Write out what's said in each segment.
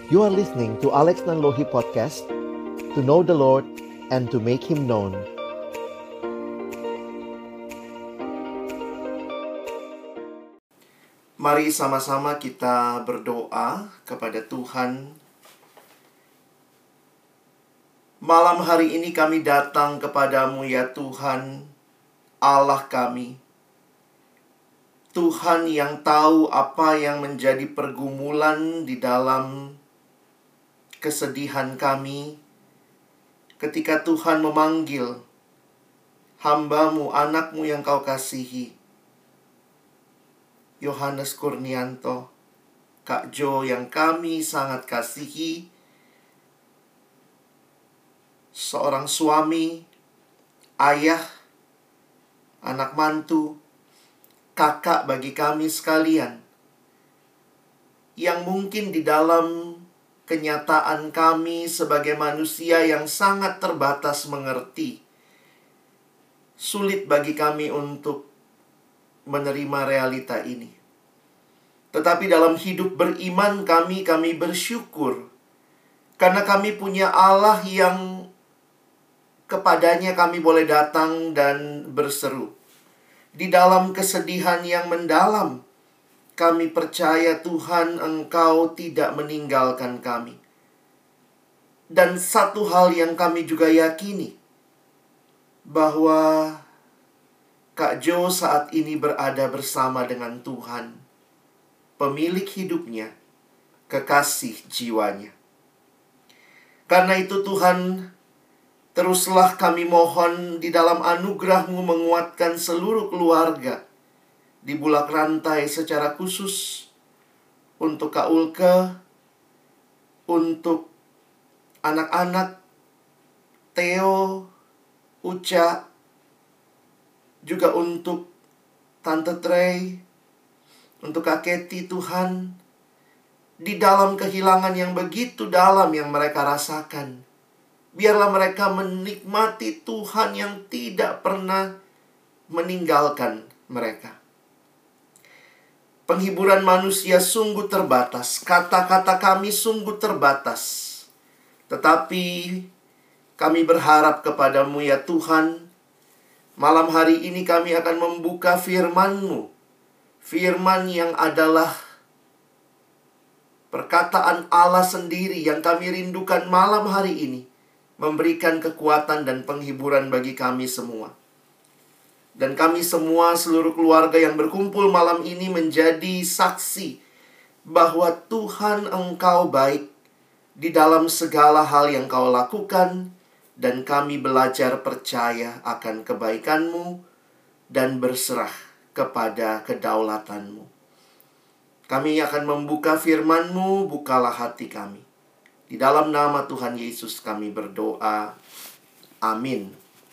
You are listening to Alex Nanlohi Podcast, to know the Lord and to make Him known. Mari sama-sama kita berdoa kepada Tuhan. Malam hari ini kami datang kepadamu ya Tuhan, Allah kami. Tuhan yang tahu apa yang menjadi pergumulan di dalam kesedihan kami ketika Tuhan memanggil hamba-Mu, anak-Mu yang Kau kasihi, Yohanes Kurnianto, Kak Jo yang kami sangat kasihi, seorang suami, ayah, anak mantu, kakak bagi kami sekalian, yang mungkin di dalam kenyataan kami sebagai manusia yang sangat terbatas mengerti, sulit bagi kami untuk menerima realita ini. Tetapi dalam hidup beriman kami bersyukur karena kami punya Allah yang kepadanya kami boleh datang dan berseru. Di dalam kesedihan yang mendalam, kami percaya Tuhan Engkau tidak meninggalkan kami. Dan satu hal yang kami juga yakini, bahwa Kak Jo saat ini berada bersama dengan Tuhan, pemilik hidupnya, kekasih jiwanya. Karena itu Tuhan, teruslah kami mohon di dalam anugerah-Mu menguatkan seluruh keluarga di Bulak Rantai secara khusus, untuk Kak Ulke, untuk anak-anak Theo, Uca, juga untuk Tante Trey, untuk Kak Keti. Tuhan, di dalam kehilangan yang begitu dalam yang mereka rasakan, biarlah mereka menikmati Tuhan yang tidak pernah meninggalkan mereka. Penghiburan manusia sungguh terbatas, kata-kata kami sungguh terbatas. Tetapi kami berharap kepadamu ya Tuhan. Malam hari ini kami akan membuka firman-Mu, firman yang adalah perkataan Allah sendiri yang kami rindukan malam hari ini, memberikan kekuatan dan penghiburan bagi kami semua. Dan kami semua, seluruh keluarga yang berkumpul malam ini, menjadi saksi bahwa Tuhan Engkau baik di dalam segala hal yang Kau lakukan. Dan kami belajar percaya akan kebaikan-Mu dan berserah kepada kedaulatan-Mu. Kami akan membuka firman-Mu, bukalah hati kami. Di dalam nama Tuhan Yesus kami berdoa. Amin.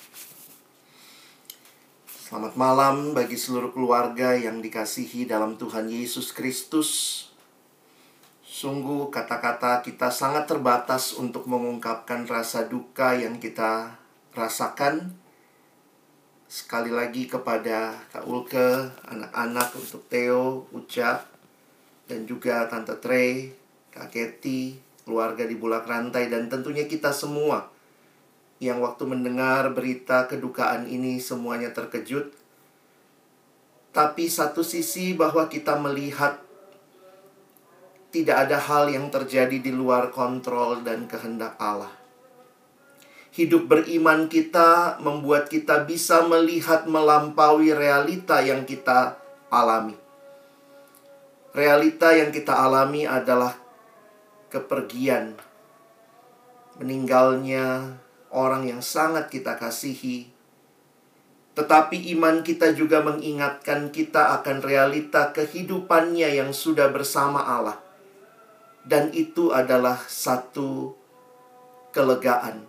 Selamat malam bagi seluruh keluarga yang dikasihi dalam Tuhan Yesus Kristus. Sungguh kata-kata kita sangat terbatas untuk mengungkapkan rasa duka yang kita rasakan. Sekali lagi kepada Kak Ulke, anak-anak, untuk Theo, Uca, dan juga Tante Trey, Kak Keti, keluarga di Bulak Rantai, dan tentunya kita semua yang waktu mendengar berita kedukaan ini semuanya terkejut. Tapi satu sisi bahwa kita melihat tidak ada hal yang terjadi di luar kontrol dan kehendak Allah. Hidup beriman kita membuat kita bisa melihat melampaui realita yang kita alami. Realita yang kita alami adalah kepergian, meninggalnya orang yang sangat kita kasihi. Tetapi iman kita juga mengingatkan kita akan realita kehidupannya yang sudah bersama Allah. Dan itu adalah satu kelegaan,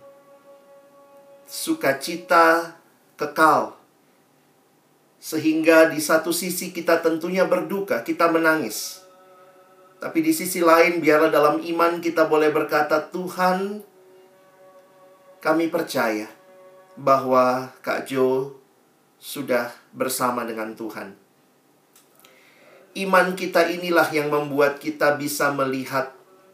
sukacita kekal. Sehingga di satu sisi kita tentunya berduka, kita menangis. Tapi di sisi lain biarlah dalam iman kita boleh berkata, Tuhan, kami percaya bahwa Kak Jo sudah bersama dengan Tuhan. Iman kita inilah yang membuat kita bisa melihat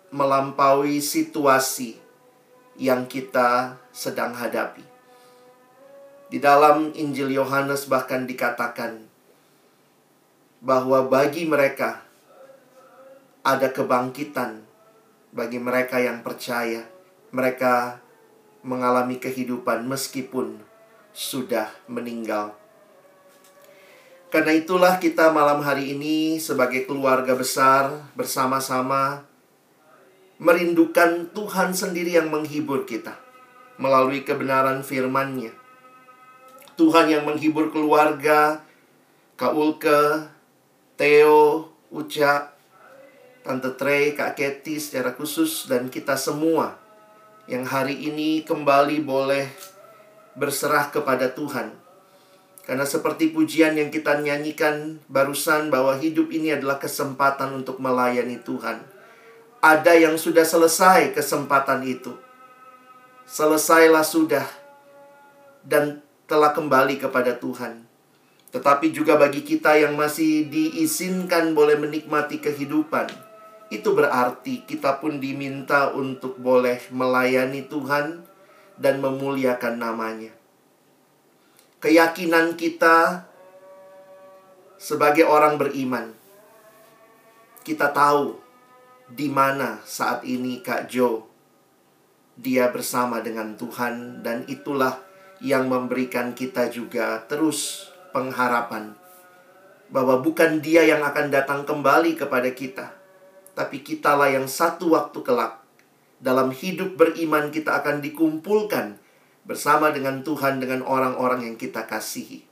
melampaui situasi yang kita sedang hadapi. Di dalam Injil Yohanes bahkan dikatakan bahwa bagi mereka ada kebangkitan, bagi mereka yang percaya. Mereka mengalami kehidupan meskipun sudah meninggal. Karena itulah kita malam hari ini sebagai keluarga besar bersama-sama merindukan Tuhan sendiri yang menghibur kita melalui kebenaran firman-Nya. Tuhan yang menghibur keluarga, Kak Ulke, Theo, Uca, Tante Trey, Kak Ketty secara khusus, dan kita semua yang hari ini kembali boleh berserah kepada Tuhan. Karena seperti pujian yang kita nyanyikan barusan, bahwa hidup ini adalah kesempatan untuk melayani Tuhan. Ada yang sudah selesai kesempatan itu. Selesailah sudah dan telah kembali kepada Tuhan. Tetapi juga bagi kita yang masih diizinkan boleh menikmati kehidupan, itu berarti kita pun diminta untuk boleh melayani Tuhan dan memuliakan nama-Nya. Keyakinan kita sebagai orang beriman, kita tahu di mana saat ini Kak Jo. Dia bersama dengan Tuhan, dan itulah yang memberikan kita juga terus pengharapan bahwa bukan dia yang akan datang kembali kepada kita, tapi kitalah yang satu waktu kelak dalam hidup beriman kita akan dikumpulkan bersama dengan Tuhan, dengan orang-orang yang kita kasihi.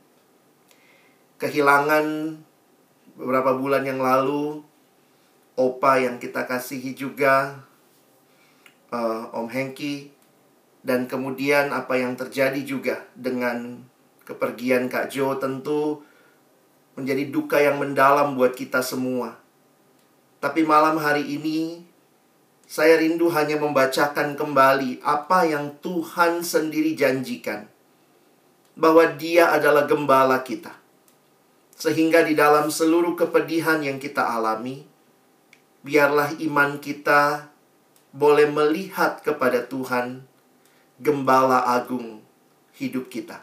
Kehilangan beberapa bulan yang lalu Opa yang kita kasihi juga, Om Hengki, dan kemudian apa yang terjadi juga dengan kepergian Kak Jo tentu menjadi duka yang mendalam buat kita semua. Tapi malam hari ini saya rindu hanya membacakan kembali apa yang Tuhan sendiri janjikan, bahwa Dia adalah gembala kita. Sehingga di dalam seluruh kepedihan yang kita alami, biarlah iman kita boleh melihat kepada Tuhan, gembala agung hidup kita.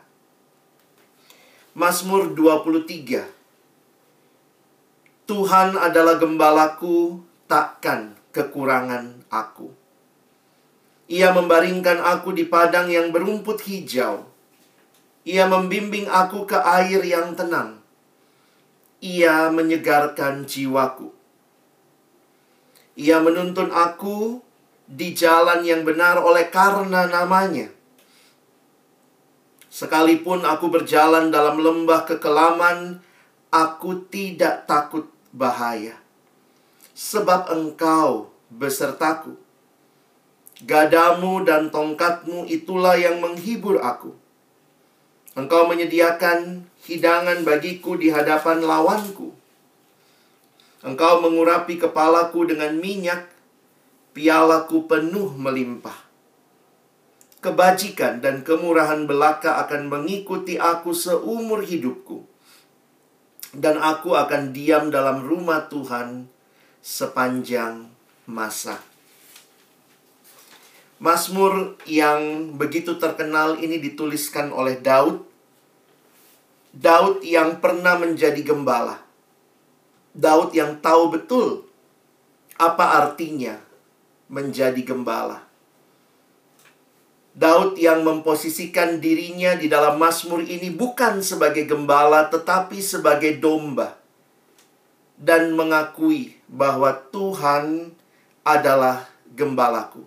Mazmur 23. Tuhan adalah gembalaku, takkan kekurangan aku. Ia membaringkan aku di padang yang berumput hijau. Ia membimbing aku ke air yang tenang. Ia menyegarkan jiwaku. Ia menuntun aku di jalan yang benar oleh karena nama-Nya. Sekalipun aku berjalan dalam lembah kekelaman, aku tidak takut bahaya, sebab Engkau besertaku. Gadamu dan tongkatmu itulah yang menghibur aku. Engkau menyediakan hidangan bagiku di hadapan lawanku. Engkau mengurapi kepalaku dengan minyak, pialaku penuh melimpah. Kebajikan dan kemurahan belaka akan mengikuti aku seumur hidupku, dan aku akan diam dalam rumah Tuhan sepanjang masa. Mazmur yang begitu terkenal ini dituliskan oleh Daud. Daud yang pernah menjadi gembala. Daud yang tahu betul apa artinya menjadi gembala. Daud yang memposisikan dirinya di dalam Mazmur ini bukan sebagai gembala, tetapi sebagai domba, dan mengakui bahwa Tuhan adalah gembalaku.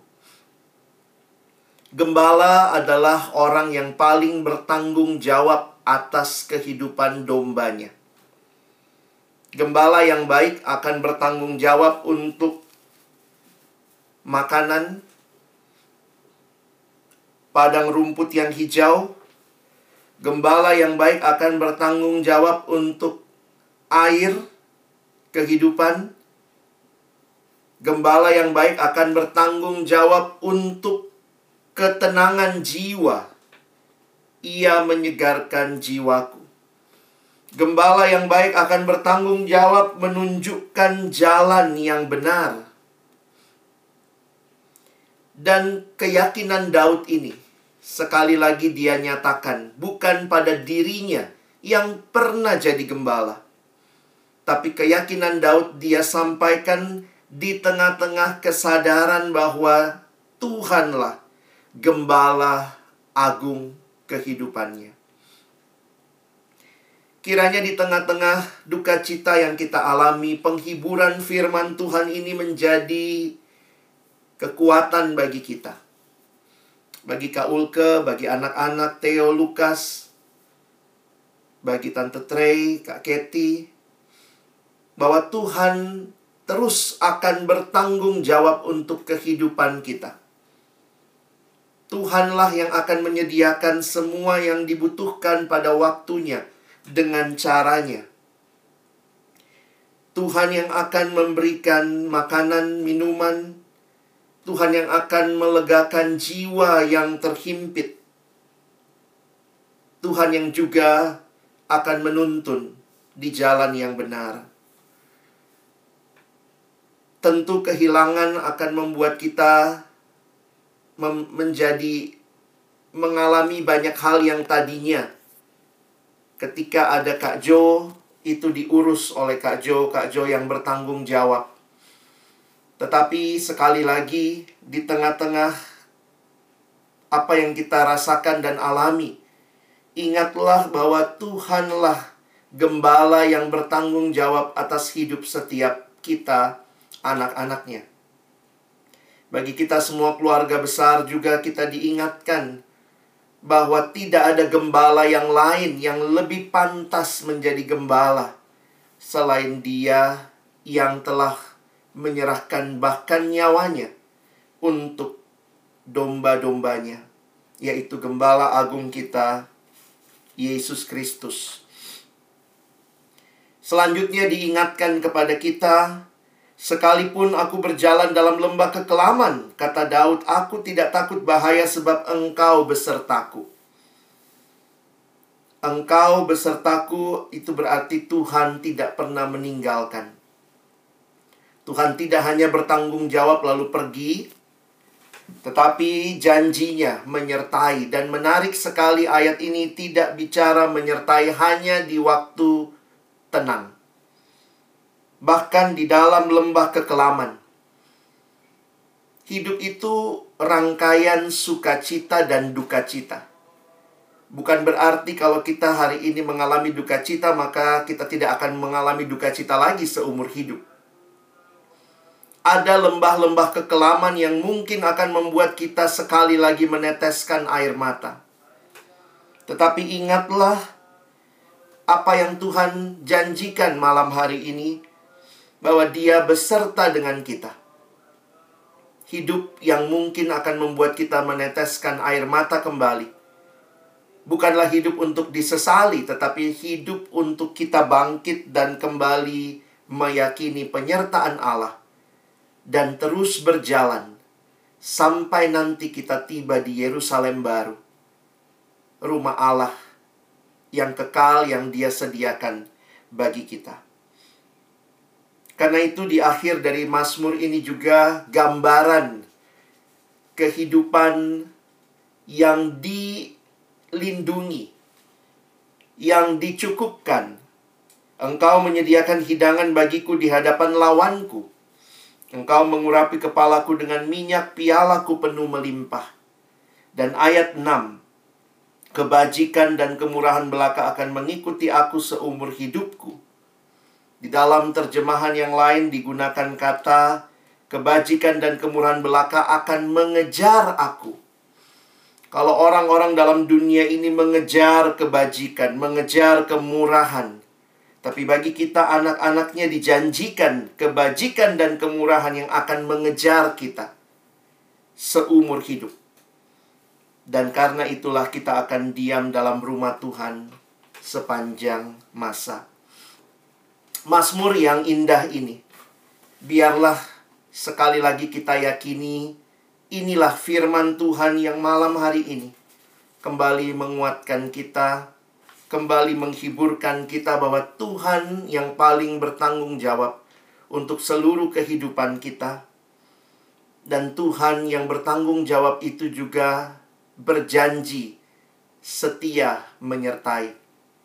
Gembala adalah orang yang paling bertanggung jawab atas kehidupan dombanya. Gembala yang baik akan bertanggung jawab untuk makanan, padang rumput yang hijau. Gembala yang baik akan bertanggung jawab untuk air kehidupan. Gembala yang baik akan bertanggung jawab untuk ketenangan jiwa. Ia menyegarkan jiwaku. Gembala yang baik akan bertanggung jawab menunjukkan jalan yang benar. Dan keyakinan Daud ini, sekali lagi dia nyatakan, bukan pada dirinya yang pernah jadi gembala. Tapi keyakinan Daud dia sampaikan di tengah-tengah kesadaran bahwa Tuhanlah gembala agung kehidupannya. Kiranya di tengah-tengah duka cita yang kita alami, penghiburan firman Tuhan ini menjadi kekuatan bagi kita. Bagi Kak Ulke, bagi anak-anak Theo, Lukas, bagi Tante Trey, Kak Ketty, bahwa Tuhan terus akan bertanggung jawab untuk kehidupan kita. Tuhanlah yang akan menyediakan semua yang dibutuhkan pada waktunya dengan caranya. Tuhan yang akan memberikan makanan, minuman. Tuhan yang akan melegakan jiwa yang terhimpit. Tuhan yang juga akan menuntun di jalan yang benar. Tentu kehilangan akan membuat kita mengalami banyak hal yang tadinya ketika ada Kak Jo, itu diurus oleh Kak Jo yang bertanggung jawab. Tetapi sekali lagi, di tengah-tengah apa yang kita rasakan dan alami, ingatlah bahwa Tuhanlah gembala yang bertanggung jawab atas hidup setiap kita, anak-anaknya. Bagi kita semua keluarga besar juga kita diingatkan bahwa tidak ada gembala yang lain yang lebih pantas menjadi gembala selain Dia yang telah menyerahkan bahkan nyawanya untuk domba-dombanya, yaitu gembala agung kita, Yesus Kristus. Selanjutnya diingatkan kepada kita, sekalipun aku berjalan dalam lembah kekelaman, kata Daud, aku tidak takut bahaya sebab Engkau besertaku. Engkau besertaku itu berarti Tuhan tidak pernah meninggalkan. Tuhan tidak hanya bertanggung jawab lalu pergi, tetapi janjinya menyertai. Dan menarik sekali ayat ini tidak bicara menyertai hanya di waktu tenang. Bahkan di dalam lembah kekelaman. Hidup itu rangkaian sukacita dan duka cita. Bukan berarti kalau kita hari ini mengalami duka cita, maka kita tidak akan mengalami duka cita lagi seumur hidup. Ada lembah-lembah kekelaman yang mungkin akan membuat kita sekali lagi meneteskan air mata. Tetapi ingatlah apa yang Tuhan janjikan malam hari ini, bahwa Dia beserta dengan kita. Hidup yang mungkin akan membuat kita meneteskan air mata kembali. Bukanlah hidup untuk disesali, tetapi hidup untuk kita bangkit dan kembali meyakini penyertaan Allah. Dan terus berjalan sampai nanti kita tiba di Yerusalem baru, rumah Allah yang kekal yang Dia sediakan bagi kita. Karena itu di akhir dari Mazmur ini juga gambaran kehidupan yang dilindungi, yang dicukupkan. Engkau menyediakan hidangan bagiku di hadapan lawanku. Engkau mengurapi kepalaku dengan minyak, pialaku penuh melimpah. Dan ayat 6, kebajikan dan kemurahan belaka akan mengikuti aku seumur hidupku. Di dalam terjemahan yang lain digunakan kata, kebajikan dan kemurahan belaka akan mengejar aku. Kalau orang-orang dalam dunia ini mengejar kebajikan, mengejar kemurahan, tapi bagi kita anak-anaknya dijanjikan kebajikan dan kemurahan yang akan mengejar kita seumur hidup. Dan karena itulah kita akan diam dalam rumah Tuhan sepanjang masa. Mazmur yang indah ini, biarlah sekali lagi kita yakini, inilah firman Tuhan yang malam hari ini kembali menguatkan kita, kembali menghiburkan kita bahwa Tuhan yang paling bertanggung jawab untuk seluruh kehidupan kita. Dan Tuhan yang bertanggung jawab itu juga berjanji setia menyertai.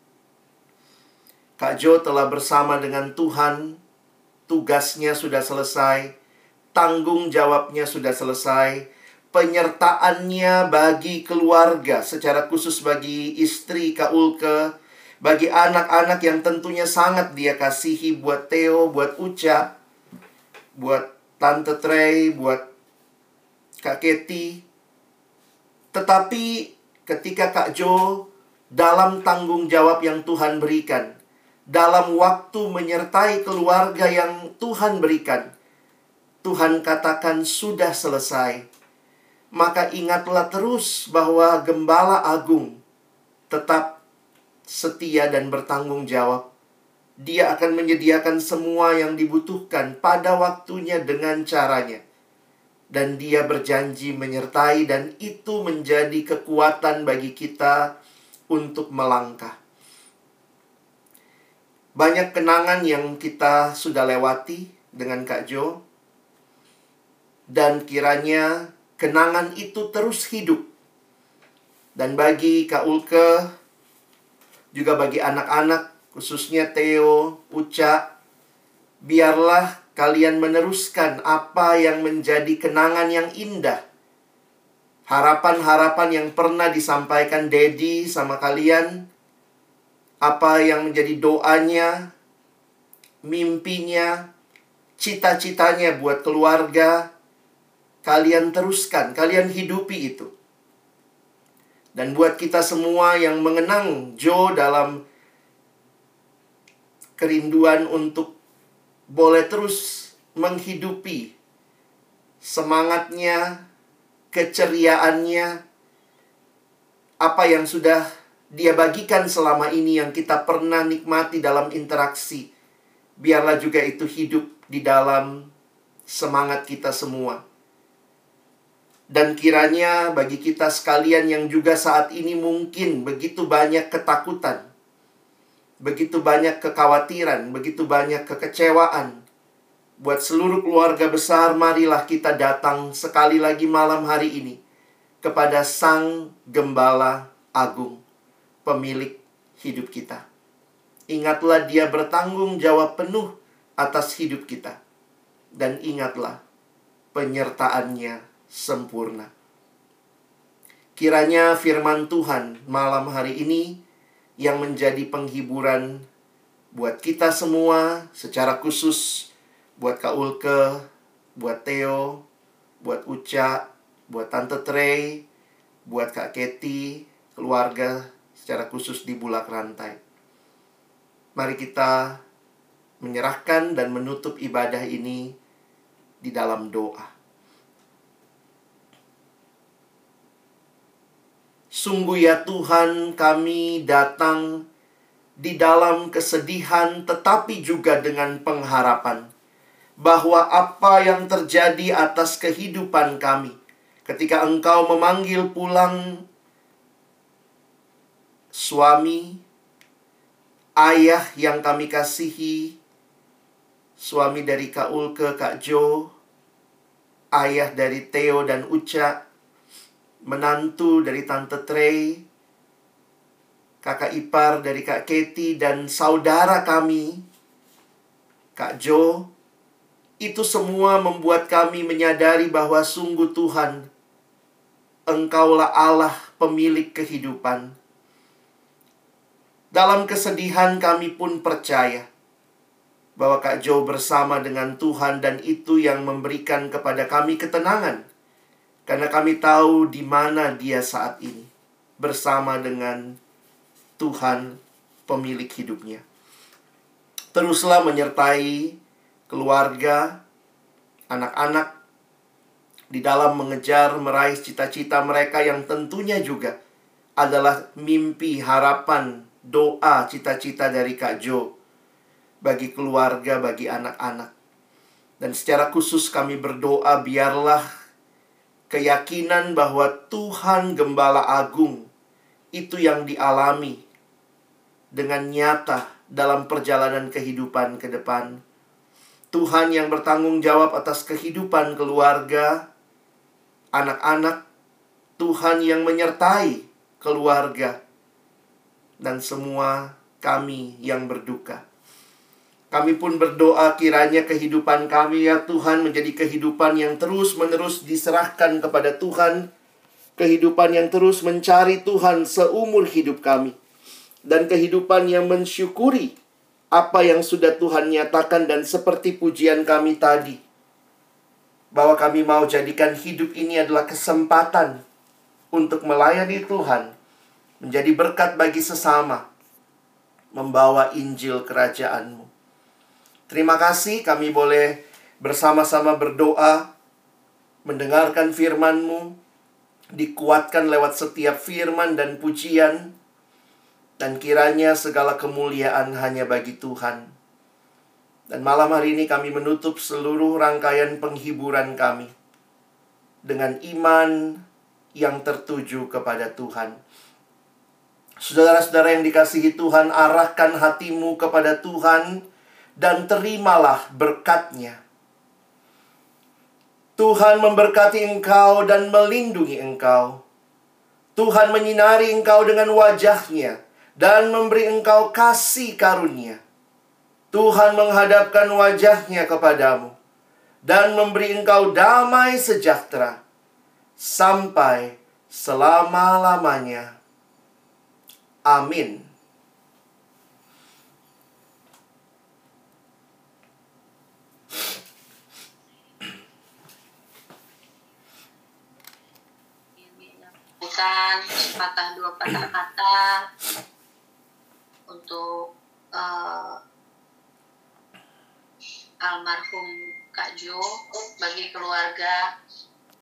Kak Jo telah bersama dengan Tuhan, tugasnya sudah selesai, tanggung jawabnya sudah selesai, penyertaannya bagi keluarga, secara khusus bagi istri Kak Ulke, bagi anak-anak yang tentunya sangat dia kasihi, buat Theo, buat Uca, buat Tante Trey, buat Kak Keti. Tetapi ketika Kak Jo dalam tanggung jawab yang Tuhan berikan, dalam waktu menyertai keluarga yang Tuhan berikan, Tuhan katakan sudah selesai. Maka ingatlah terus bahwa Gembala Agung tetap setia dan bertanggung jawab. Dia akan menyediakan semua yang dibutuhkan pada waktunya dengan caranya. Dan dia berjanji menyertai, dan itu menjadi kekuatan bagi kita untuk melangkah. Banyak kenangan yang kita sudah lewati dengan Kak Jo. Dan kiranya kenangan itu terus hidup. Dan bagi Kak Ulke, juga bagi anak-anak, khususnya Theo, Uca, biarlah kalian meneruskan apa yang menjadi kenangan yang indah. Harapan-harapan yang pernah disampaikan Dedi sama kalian, apa yang menjadi doanya, mimpinya, cita-citanya buat keluarga, kalian teruskan, kalian hidupi itu. Dan buat kita semua yang mengenang Jo dalam kerinduan untuk boleh terus menghidupi semangatnya, keceriaannya, apa yang sudah dia bagikan selama ini yang kita pernah nikmati dalam interaksi. Biarlah juga itu hidup di dalam semangat kita semua. Dan kiranya bagi kita sekalian yang juga saat ini mungkin begitu banyak ketakutan, begitu banyak kekhawatiran, begitu banyak kekecewaan. Buat seluruh keluarga besar, marilah kita datang sekali lagi malam hari ini kepada Sang Gembala Agung, pemilik hidup kita. Ingatlah dia bertanggung jawab penuh atas hidup kita. Dan ingatlah penyertaannya sempurna. Kiranya firman Tuhan malam hari ini yang menjadi penghiburan buat kita semua, secara khusus buat Kak Ulke, buat Theo, buat Uca, buat Tante Trey, buat Kak Keti, keluarga secara khusus di Bulak Rantai. Mari kita menyerahkan dan menutup ibadah ini di dalam doa. Sungguh ya Tuhan, kami datang di dalam kesedihan tetapi juga dengan pengharapan bahwa apa yang terjadi atas kehidupan kami ketika Engkau memanggil pulang suami, ayah yang kami kasihi, suami dari Kak Ulke, Kak Jo, ayah dari Theo dan Uca, menantu dari Tante Trey, kakak ipar dari Kak Keti, dan saudara kami, Kak Jo. Itu semua membuat kami menyadari bahwa sungguh Tuhan, Engkaulah Allah pemilik kehidupan. Dalam kesedihan kami pun percaya bahwa Kak Jo bersama dengan Tuhan, dan itu yang memberikan kepada kami ketenangan. Karena kami tahu di mana dia saat ini, bersama dengan Tuhan pemilik hidupnya. Teruslah menyertai keluarga, anak-anak di dalam mengejar meraih cita-cita mereka yang tentunya juga adalah mimpi, harapan, doa, cita-cita dari Kak Jo bagi keluarga, bagi anak-anak. Dan secara khusus kami berdoa biarlah keyakinan bahwa Tuhan Gembala Agung itu yang dialami dengan nyata dalam perjalanan kehidupan ke depan. Tuhan yang bertanggung jawab atas kehidupan keluarga, anak-anak Tuhan yang menyertai keluarga, dan semua kami yang berduka. Kami pun berdoa kiranya kehidupan kami ya Tuhan menjadi kehidupan yang terus-menerus diserahkan kepada Tuhan. Kehidupan yang terus mencari Tuhan seumur hidup kami. Dan kehidupan yang mensyukuri apa yang sudah Tuhan nyatakan, dan seperti pujian kami tadi, bahwa kami mau jadikan hidup ini adalah kesempatan untuk melayani Tuhan, menjadi berkat bagi sesama, membawa Injil kerajaan-Mu. Terima kasih kami boleh bersama-sama berdoa, mendengarkan firman-Mu, dikuatkan lewat setiap firman dan pujian, dan kiranya segala kemuliaan hanya bagi Tuhan. Dan malam hari ini kami menutup seluruh rangkaian penghiburan kami dengan iman yang tertuju kepada Tuhan. Saudara-saudara yang dikasihi Tuhan, arahkan hatimu kepada Tuhan dan terimalah berkat-Nya. Tuhan memberkati engkau dan melindungi engkau. Tuhan menyinari engkau dengan wajah-Nya dan memberi engkau kasih karunia. Tuhan menghadapkan wajah-Nya kepadamu dan memberi engkau damai sejahtera sampai selama-lamanya. Amin. Bukan sepatah dua patah kata untuk almarhum Kak Jo, bagi keluarga